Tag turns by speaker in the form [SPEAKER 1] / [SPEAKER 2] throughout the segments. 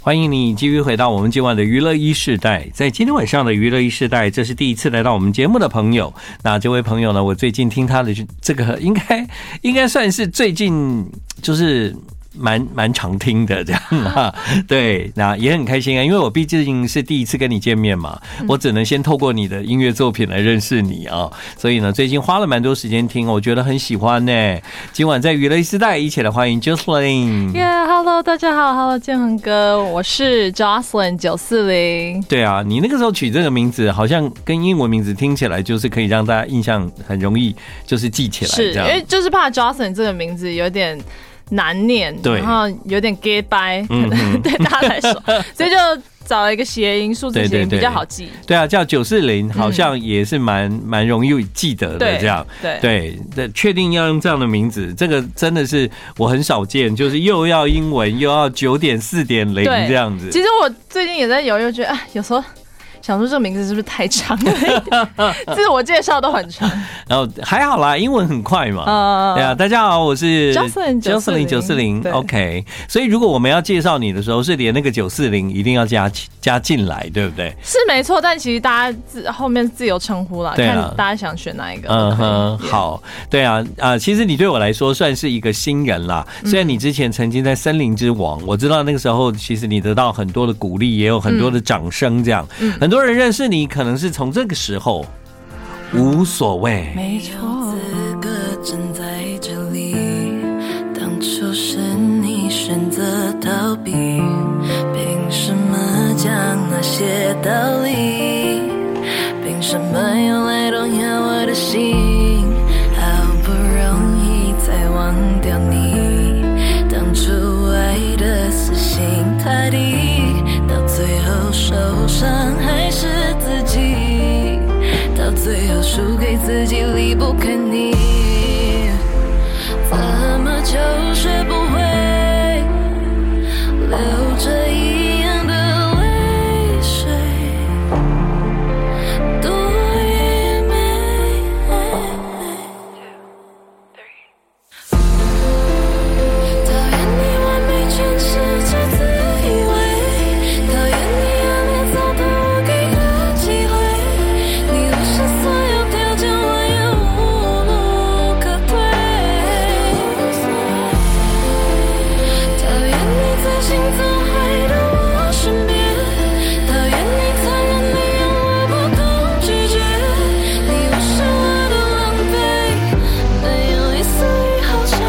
[SPEAKER 1] 欢迎你继续回到我们今晚的娱乐一世代。在今天晚上的娱乐一世代，这是第一次来到我们节目的朋友。那这位朋友呢，我最近听他的这个应该算是最近就是蛮常听的这样啊，对，那也很开心啊，因为我毕竟是第一次跟你见面嘛，我只能先透过你的音乐作品来认识你啊，所以呢，最近花了蛮多时间听，我觉得很喜欢呢。今晚在娱乐时代，一起来欢迎 Jocelyn。Hello，
[SPEAKER 2] 大家好 ，Hello， 建恒哥，我是 Jocelyn 940。
[SPEAKER 1] 对啊，你那个时候取这个名字，好像跟英文名字听起来就是可以让大家印象很容易，就是记起来这样。
[SPEAKER 2] 是因为就是怕 Jocelyn 这个名字有点难念，然后有点 gay bye， 可能对大家来说，所以就找了一个谐音，数字谐音比较好记。
[SPEAKER 1] 对啊，叫940，好像也是蛮容易记得的这样。对，确定要用这样的名字，这个真的是我很少见，就是又要英文又要9.4.0这样子。
[SPEAKER 2] 其实我最近也在犹豫，觉得有时候想说这个名字是不是太长了？自我介绍都很长，
[SPEAKER 1] 然后还好啦，英文很快嘛。对啊，大家好，我是
[SPEAKER 2] Jocelyn 940。
[SPEAKER 1] OK， 所以如果我们要介绍你的时候，是连那个940一定要加进来，对不对？
[SPEAKER 2] 是没错，但其实大家后面自由称呼啦，看大家想选哪一个。
[SPEAKER 1] 好，对啊，其实你对我来说算是一个新人啦。虽然你之前曾经在森林之王，我知道那个时候其实你得到很多的鼓励，也有很多的掌声，这样。很多人认识你，可能是从这个时候。无所谓，
[SPEAKER 2] 没错。
[SPEAKER 3] 资格站在这里，当初是你选择逃避，凭什么讲那些道理？凭什么又来动摇我的心？好不容易才忘掉你，当初爱的死心塌地，到最后受伤还是自己，到最后输给自己，离不开你，怎么就学不会流着一样的泪水，多愚昧。讨厌你完美诠释着自以为，讨厌你暗恋糟蹋我给的机会，你无视所有条件，我也无路可退。讨厌你在行走害得我身边，讨厌你残忍地让我不懂拒绝，你无视我的狼狈，没有一丝一毫忏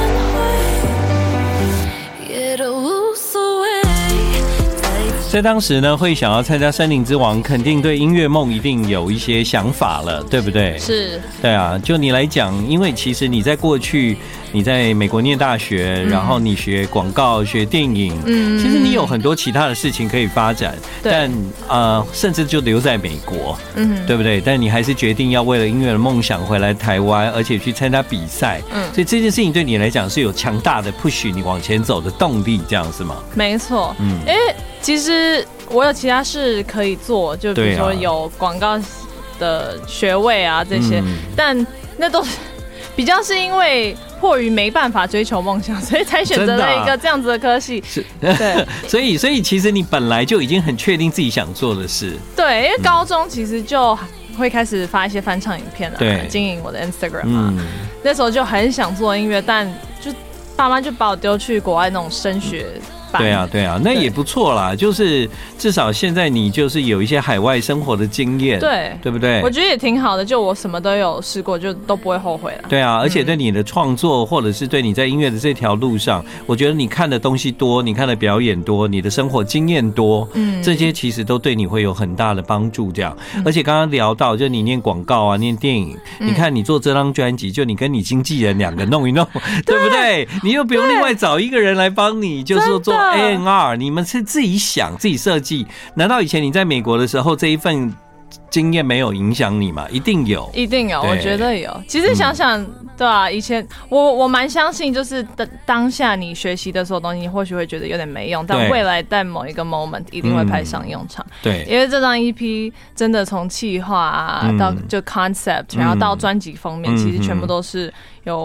[SPEAKER 3] 悔，也都无所谓。
[SPEAKER 1] 在当时呢，会想要参加森林之王，肯定对音乐梦一定有一些想法了，对不对？
[SPEAKER 2] 是，
[SPEAKER 1] 对啊，就你来讲，因为其实你在过去，你在美国念大学，然后你学广告、学电影，其实你有很多其他的事情可以发展，但甚至就留在美国，对不对？但你还是决定要为了音乐的梦想回来台湾，而且去参加比赛，所以这件事情对你来讲是有强大的 push 你往前走的动力，这样是吗？
[SPEAKER 2] 没错，因为其实我有其他事可以做，就比如说有广告的学位啊这些，但那都比较是因为迫于没办法追求梦想，所以才选择了一个这样子的科系。对，
[SPEAKER 1] 所以其实你本来就已经很确定自己想做的事。
[SPEAKER 2] 对，因为高中其实就会开始发一些翻唱影片啊，经营我的 Instagram 啊，那时候就很想做音乐，但就爸妈就把我丢去国外那种升学。
[SPEAKER 1] 对啊，那也不错啦，就是至少现在你就是有一些海外生活的经验，对不对？
[SPEAKER 2] 我觉得也挺好的，就我什么都有试过，就都不会后悔了。
[SPEAKER 1] 对啊，而且对你的创作，或者是对你在音乐的这条路上，我觉得你看的东西多，你看的表演多，你的生活经验多，这些其实都对你会有很大的帮助。这样，而且刚刚聊到，就你念广告啊，念电影，你看你做这张专辑，就你跟你经纪人两个弄一弄，对不对？你又不用另外找一个人来帮你，就是说做。A&R 你们是自己想自己设计，难道以前你在美国的时候这一份经验没有影响你吗？一定有，
[SPEAKER 2] 我觉得有。其实想想，对啊，以前我蛮相信，就是当下你学习的所有东西，你或许会觉得有点没用，但未来在某一个 moment 一定会派上用场。
[SPEAKER 1] 对，
[SPEAKER 2] 因为这张 EP 真的从企划啊到就 concept，然后到专辑封面，其实全部都是有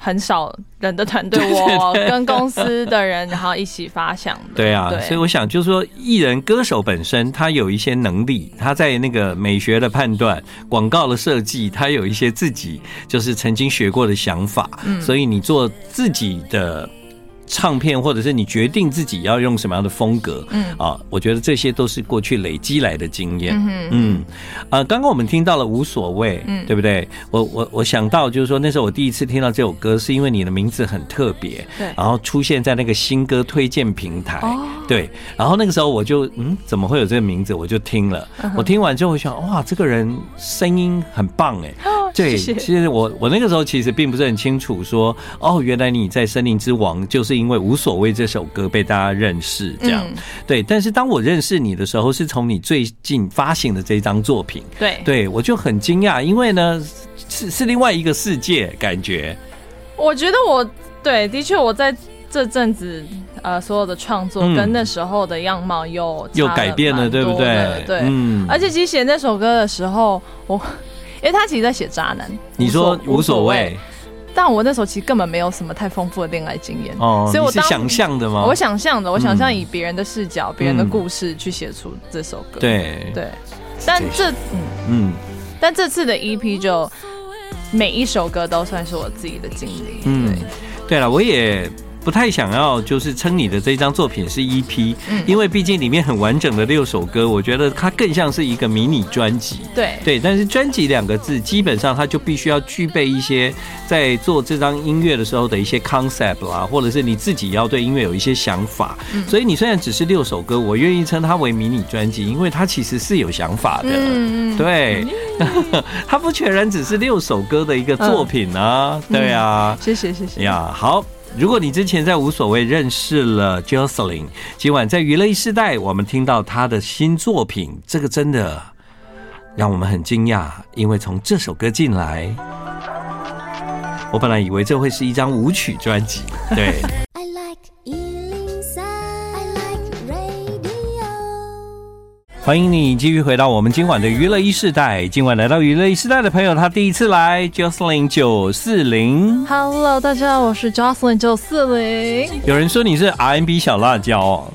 [SPEAKER 2] 很少人的团队，我跟公司的人然后一起发想的。
[SPEAKER 1] 对啊，所以我想就是说，艺人歌手本身他有一些能力，他在那个美学的判断、广告的设计，他有一些自己就是曾经学过的想法，所以你做自己的唱片，或者是你决定自己要用什么样的风格，我觉得这些都是过去累积来的经验。刚刚我们听到了无所谓，对不对？我想到就是说，那时候我第一次听到这首歌，是因为你的名字很特别，对，然后出现在那个新歌推荐平台，对，然后那个时候我就怎么会有这个名字？我就听了，我听完之后我想，哇，这个人声音很棒哎。对，其实我那个时候其实并不是很清楚说，原来你在森林之王就是因为无所谓这首歌被大家认识这样。对，但是当我认识你的时候，是从你最近发行的这张作品。对，我就很惊讶，因为呢是另外一个世界感觉。
[SPEAKER 2] 我觉得的确我在这阵子所有的创作跟那时候的样貌又
[SPEAKER 1] 改变了，对不对？
[SPEAKER 2] 对，而且其实写那首歌的时候，因为他其实在写渣男，
[SPEAKER 1] 你说无所谓，
[SPEAKER 2] 但我那时候其实根本没有什么太丰富的恋爱经验，所以我
[SPEAKER 1] 是想象的吗？
[SPEAKER 2] 我想象以别人的视角、别人的故事去写出这首歌。对，但这次的 EP 就每一首歌都算是我自己的经历。
[SPEAKER 1] 对了，我也不太想要就是称你的这张作品是 EP，因为毕竟里面很完整的6首歌，我觉得它更像是一个迷你专辑。对，但是专辑2个字基本上它就必须要具备一些在做这张音乐的时候的一些 concept 啦，或者是你自己要对音乐有一些想法。所以你虽然只是6首歌，我愿意称它为迷你专辑，因为它其实是有想法的。对，它不全然只是6首歌的一个作品啊。对啊，
[SPEAKER 2] 谢谢
[SPEAKER 1] 呀，好。如果你之前在无所谓认识了 Jocelyn， 今晚在娱乐一世代我们听到她的新作品，这个真的让我们很惊讶，因为从这首歌进来，我本来以为这会是一张舞曲专辑。对欢迎你继续回到我们今晚的娱乐一世代。今晚来到娱乐一世代的朋友，他第一次来 Jocelyn 940。
[SPEAKER 2] Hello， 大家好，我是 Jocelyn 940。
[SPEAKER 1] 有人说你是 R&B 小辣椒哦。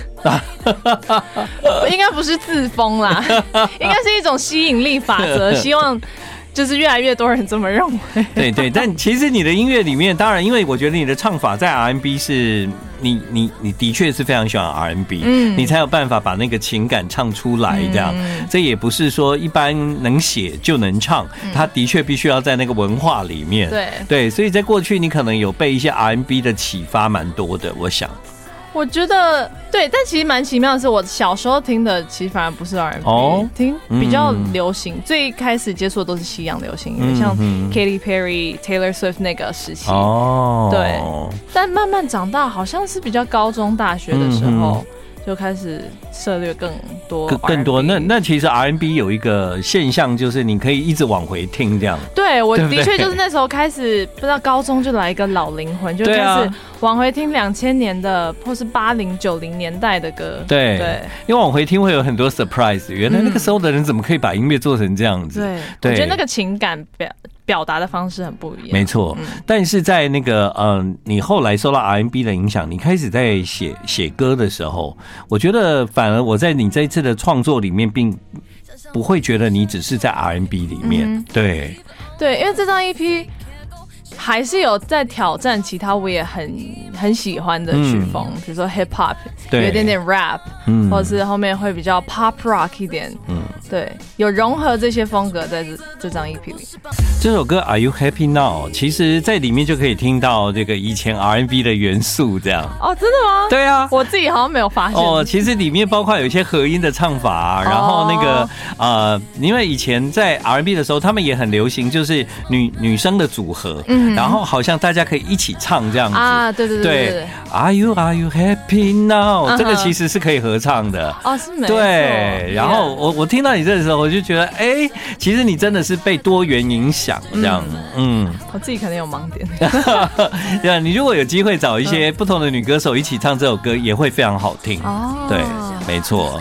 [SPEAKER 2] 应该不是自封啦，应该是一种吸引力法则，希望就是越来越多人这么认为。
[SPEAKER 1] 对，但其实你的音乐里面，当然因为我觉得你的唱法在 R&B 是你的确是非常喜欢 R&B，你才有办法把那个情感唱出来这样。这也不是说一般能写就能唱，它的确必须要在那个文化里面。对，所以在过去你可能有被一些 R&B 的启发蛮多的，我想。
[SPEAKER 2] 我觉得对，但其实蛮奇妙的是，我小时候听的其实反而不是 R&B，听比较流行。最开始接触的都是西洋流行音乐，像 Katy Perry、Taylor Swift 那个时期。对。但慢慢长大，好像是比较高中、大学的时候。就开始涉猎更多。
[SPEAKER 1] 那其实 R&B 有一个现象，就是你可以一直往回听这样。
[SPEAKER 2] 对，我的确就是那时候开始，不知道高中就来一个老灵魂，就开始往回听2000年的或是80、90年代的歌。对，
[SPEAKER 1] 因为往回听会有很多 surprise， 原来那个时候的人怎么可以把音乐做成这样子？
[SPEAKER 2] 对，我觉得那个情感表达的方式很不一样。
[SPEAKER 1] 没错，但是在那个你后来受到 R&B 的影响，你开始在写歌的时候，我觉得反而我在你这一次的创作里面，并不会觉得你只是在 R&B 里面。对，因为这张 EP
[SPEAKER 2] 还是有在挑战其他我也很喜欢的曲风，比如说 hip hop， 有一点点 rap，或者是后面会比较 pop rock 一点，对，有融合这些风格在这张 EP 里。
[SPEAKER 1] 这首歌 Are You Happy Now， 其实在里面就可以听到这个以前 R&B 的元素，这样。
[SPEAKER 2] 哦，真的吗？
[SPEAKER 1] 对啊，
[SPEAKER 2] 我自己好像没有发现。
[SPEAKER 1] 其实里面包括有一些和音的唱法，然后那个因为以前在 R&B 的时候，他们也很流行，就是女生的组合，然后好像大家可以一起唱这样子
[SPEAKER 2] 啊，对。
[SPEAKER 1] Are you happy now？ 这个其实是可以合唱的
[SPEAKER 2] 是没错。
[SPEAKER 1] 对，然后我听到你这的时候，我就觉得，其实你真的是被多元影响这样。
[SPEAKER 2] 我自己可能有盲点。
[SPEAKER 1] 对啊，你如果有机会找一些不同的女歌手一起唱这首歌，也会非常好听。对，没错。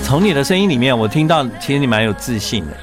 [SPEAKER 1] 从你的声音里面，我听到其实你蛮有自信的。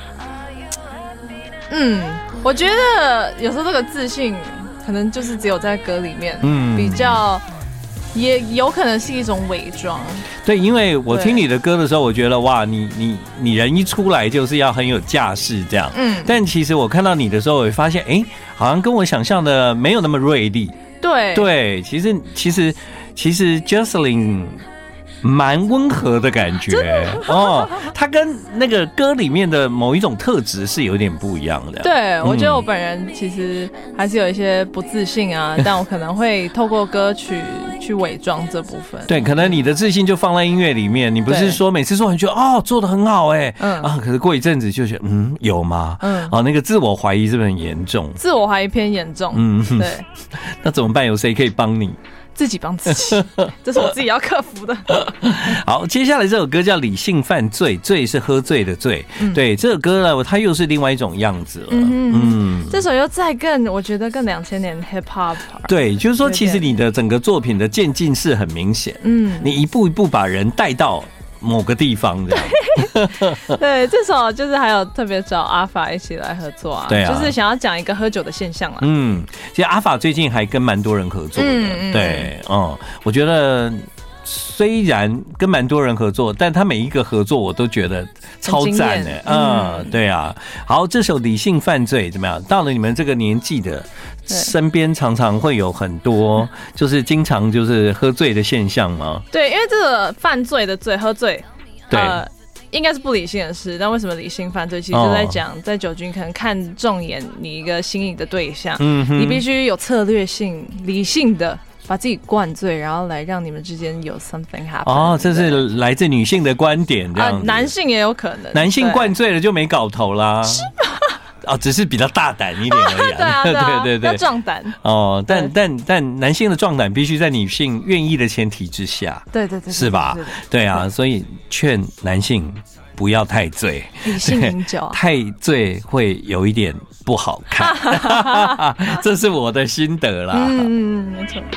[SPEAKER 2] 我觉得有时候这个自信可能就是只有在歌里面，比较也有可能是一种伪装。
[SPEAKER 1] 对，因为我听你的歌的时候，我觉得哇，你人一出来就是要很有架势这样。但其实我看到你的时候，我会发现，好像跟我想象的没有那么锐利。对，其实 Jocelyn 蛮温和的感觉哦，他跟那个歌里面的某一种特质是有点不一样的。
[SPEAKER 2] 对，我觉得我本人其实还是有一些不自信啊，但我可能会透过歌曲去伪装这部分。
[SPEAKER 1] 对，可能你的自信就放在音乐里面，你不是说每次做你觉得做得很好可是过一阵子就觉得有吗？那个自我怀疑是不是很严重？
[SPEAKER 2] 自我怀疑偏严重。对，
[SPEAKER 1] 那怎么办？有谁可以帮你？
[SPEAKER 2] 自己帮自己，这是我自己要克服的。
[SPEAKER 1] 好，接下来这首歌叫《理性犯罪》，罪是喝醉的醉。对，这首歌呢，它又是另外一种样子了。
[SPEAKER 2] 这首又再更，我觉得更2000年 hip hop。
[SPEAKER 1] 对，就是说，其实你的整个作品的渐进是很明显。你一步一步把人带到某个地方这样。
[SPEAKER 2] 对，这首就是还有特别找阿法一起来合作啊，
[SPEAKER 1] 对啊，
[SPEAKER 2] 就是想要讲一个喝酒的现象啦。
[SPEAKER 1] 其实阿法最近还跟蛮多人合作的。对，我觉得虽然跟蛮多人合作，但他每一个合作我都觉得超赞的。对啊。好，这首《理性犯罪》怎么样？到了你们这个年纪的，身边常常会有很多就是经常就是喝醉的现象吗？
[SPEAKER 2] 对，因为这个犯罪的罪，喝醉，
[SPEAKER 1] 对。
[SPEAKER 2] 应该是不理性的事，但为什么理性犯罪？其实就在讲，在酒精可能看中眼你一个心仪的对象，你必须有策略性、理性的把自己灌醉，然后来让你们之间有 something happen。
[SPEAKER 1] 这是来自女性的观点，这样子。
[SPEAKER 2] 男性也有可能，
[SPEAKER 1] 男性灌醉了就没搞头啦。是吗？只是比较大胆一点而已。对，
[SPEAKER 2] 要壮胆。
[SPEAKER 1] 但男性的壮胆必须在女性愿意的前提之下。
[SPEAKER 2] 对，
[SPEAKER 1] 是吧？对啊，所以劝男性不要太醉，
[SPEAKER 2] 理性饮酒，
[SPEAKER 1] 太醉会有一点不好看。这是我的心得啦。
[SPEAKER 2] 没错。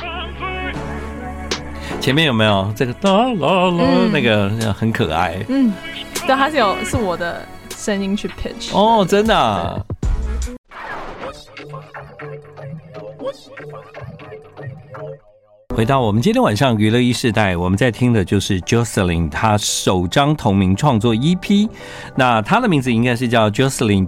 [SPEAKER 1] 前面有没有这个那个很可爱？
[SPEAKER 2] 对，它是我的声音去 pitch。
[SPEAKER 1] 真的啊。回到我们今天晚上娱乐一世代，我们在听的就是 Jocelyn 她首张同名创作 EP， 那她的名字应该是叫 Jocelyn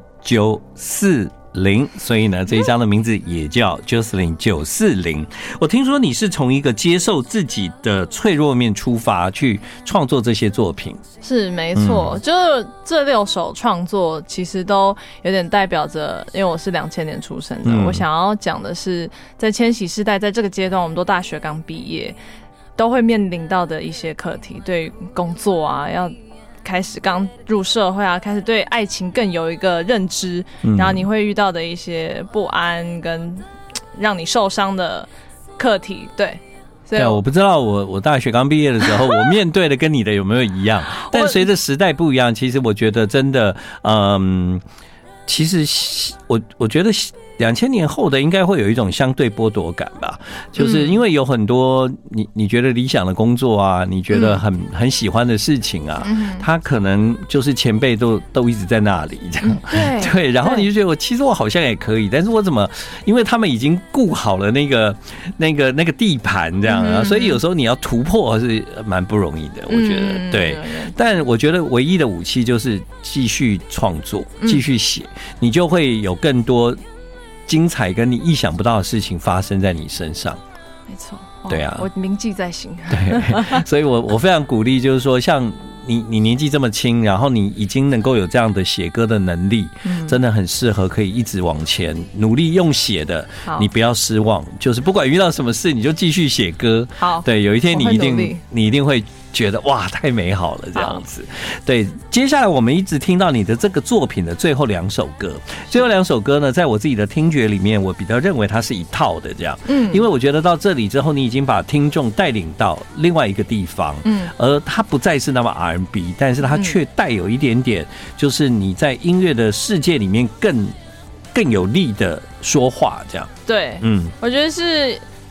[SPEAKER 1] 940，所以呢，这一张的名字也叫 Jocelyn 940。我听说你是从一个接受自己的脆弱面出发去创作这些作品。
[SPEAKER 2] 是没错，就这6首创作其实都有点代表着，因为我是2000年出生的，我想要讲的是在千禧世代，在这个阶段，我们都大学刚毕业，都会面临到的一些课题，对于工作啊，要开始刚入社会啊，开始对爱情更有一个认知，然后你会遇到的一些不安跟让你受伤的课题。对，
[SPEAKER 1] 我不知道我大学刚毕业的时候，我面对的跟你的有没有一样？但随着时代不一样，其实我觉得真的，其实我觉得2000年后的应该会有一种相对剥夺感吧，就是因为有很多你觉得理想的工作啊，你觉得很喜欢的事情啊，他可能就是前辈都一直在那里这样，对，然后你就觉得其实我好像也可以，但是我怎么因为他们已经顾好了那个地盘这样啊，所以有时候你要突破是蛮不容易的，我觉得对。但我觉得唯一的武器就是继续创作，继续写，你就会有更多精彩跟你意想不到的事情发生在你身上。
[SPEAKER 2] 没错，
[SPEAKER 1] 对啊，
[SPEAKER 2] 我铭记在心。
[SPEAKER 1] 对，所以我非常鼓励，就是说像你年纪这么轻，然后你已经能够有这样的写歌的能力，真的很适合可以一直往前努力用写的，你不要失望，就是不管遇到什么事，你就继续写歌。好，对，有一天你一定会觉得哇，太美好了这样子。对，接下来我们一直听到你的这个作品的最后2首歌，最后2首歌呢，在我自己的听觉里面，我比较认为它是一套的这样，因为我觉得到这里之后，你已经把听众带领到另外一个地方，而它不再是那么 R&B， 但是它却带有一点点，就是你在音乐的世界里面更有力的说话这样。
[SPEAKER 2] 对，我觉得是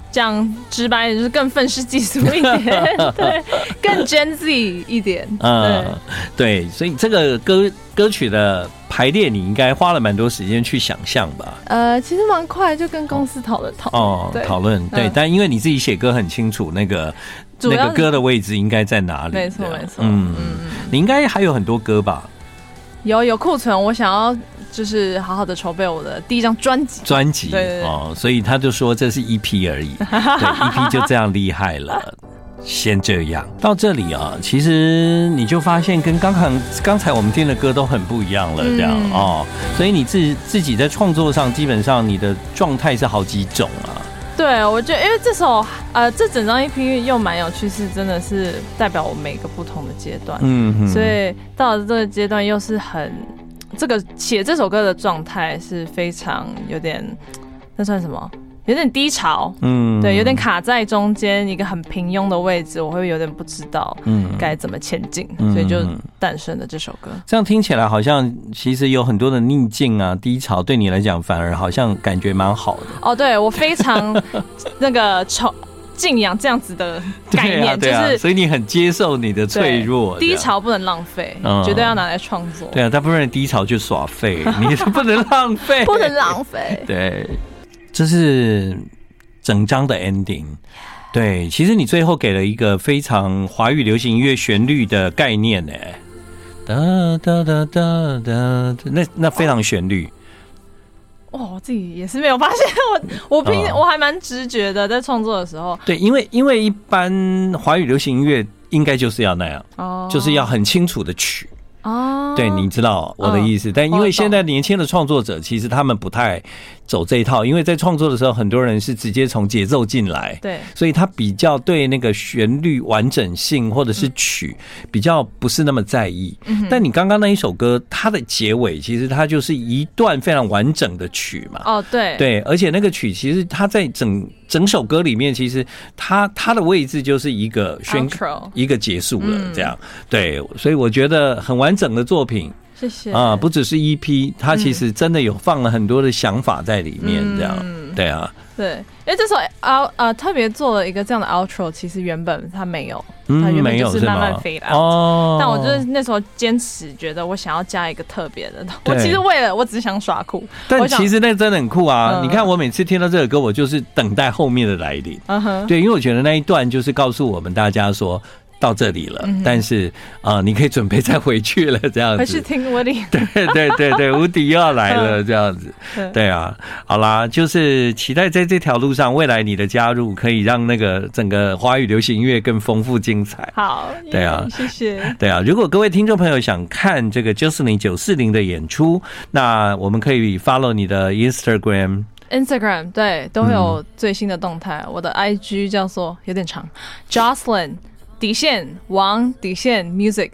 [SPEAKER 2] 讲直白一点，就是更愤世嫉俗一点，对，更 Gen Z 一点，
[SPEAKER 1] 对，所以这个歌曲的排练，你应该花了蛮多时间去想象吧？
[SPEAKER 2] 其实蛮快，就跟公司讨论，
[SPEAKER 1] 对，但因为你自己写歌很清楚，那个歌的位置应该在哪里？
[SPEAKER 2] 没错，
[SPEAKER 1] 你应该还有很多歌吧？
[SPEAKER 2] 有库存，我想要就是好好的筹备我的第一张专辑，对
[SPEAKER 1] 所以他就说这是 EP 而已，对，EP 就这样厉害了。先这样到这里啊，其实你就发现跟刚才我们听的歌都很不一样了，这样所以你自己在创作上，基本上你的状态是好几种啊。
[SPEAKER 2] 对，我觉得因为这整张 EP 又蛮有趣，是真的是代表我每个不同的阶段，所以到了这个阶段又是很写这首歌的状态是非常有点，那算什么？有点低潮，对，有点卡在中间一个很平庸的位置，我会有点不知道该怎么前进，所以就诞生了这首歌。
[SPEAKER 1] 这样听起来好像其实有很多的逆境啊、低潮，对你来讲反而好像感觉蛮好的。
[SPEAKER 2] 哦，对，我非常那个敬仰这样子的概念，就是
[SPEAKER 1] 所以你很接受你的脆弱，
[SPEAKER 2] 低潮不能浪费，绝对要拿来创作。
[SPEAKER 1] 对啊，但不然低潮就耍废，你不能浪费，
[SPEAKER 2] 不能浪费。
[SPEAKER 1] 对。这是整张的 ending， 对，其实你最后给了一个非常华语流行音乐旋律的概念呢，哒哒哒哒哒，那非常旋律。
[SPEAKER 2] 我自己也是没有发现，我还蛮直觉的，在创作的时候。
[SPEAKER 1] 对，因为一般华语流行音乐应该就是要那样，就是要很清楚的曲。对，你知道我的意思，但因为现在年轻的创作者，其实他们不太走这一套，因为在创作的时候，很多人是直接从节奏进来，
[SPEAKER 2] 对，
[SPEAKER 1] 所以他比较对那个旋律完整性或者是曲比较不是那么在意。但你刚刚那一首歌，它的结尾其实它就是一段非常完整的曲嘛。对，而且那个曲其实它在整首歌里面，其实它的位置就是一个一个结束了，这样。对，所以我觉得很完整的作品。
[SPEAKER 2] 谢谢
[SPEAKER 1] 不只是 EP， 它其实真的有放了很多的想法在里面，这样。对啊，
[SPEAKER 2] 对，因为这首特别做了一个这样的 outro， 其实原本它没有，它原本就是慢慢飞来。但我就是那时候坚持觉得我想要加一个特别的，我其实我只是想耍酷，
[SPEAKER 1] 但其实那真的很酷啊！你看我每次听到这首歌，我就是等待后面的来临。对，因为我觉得那一段就是告诉我们大家说。到这里了，但是你可以准备再回去了，这样子。
[SPEAKER 2] 回去听无敌。
[SPEAKER 1] 对，无敌又要来了，这样子。对啊，好啦，就是期待在这条路上，未来你的加入可以让那个整个华语流行音乐更丰富精彩。
[SPEAKER 2] 好，
[SPEAKER 1] 对啊，
[SPEAKER 2] 谢谢。
[SPEAKER 1] 对啊，如果各位听众朋友想看这个 Jocelyn 940的演出，那我们可以 follow 你的 Instagram， 对，
[SPEAKER 2] 都会有最新的动态。我的 IG 叫做有点长 ，Jocelyn。王music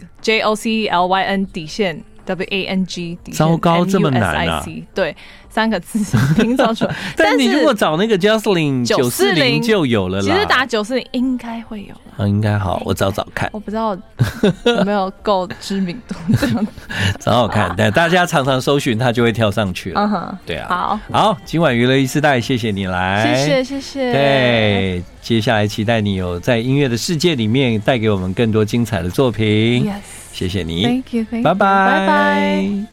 [SPEAKER 2] JOCELYN WANG
[SPEAKER 1] 糟糕，这么难啊！
[SPEAKER 2] 对，3个字拼凑出来。
[SPEAKER 1] 但你如果找那个 Jocelyn 940就有了啦。
[SPEAKER 2] 其实打940应该会有了。
[SPEAKER 1] 应该好，我找找看。
[SPEAKER 2] 我不知道有没有够知名度这样。
[SPEAKER 1] 找找看，但大家常常搜寻它就会跳上去了。对啊，
[SPEAKER 2] 好，
[SPEAKER 1] 今晚娱乐一世代，谢谢你来，
[SPEAKER 2] 谢谢。
[SPEAKER 1] 对，接下来期待你有在音乐的世界里面带给我们更多精彩的作品。
[SPEAKER 2] Yes，
[SPEAKER 1] 谢谢你
[SPEAKER 2] ，Thank you，
[SPEAKER 1] 拜拜。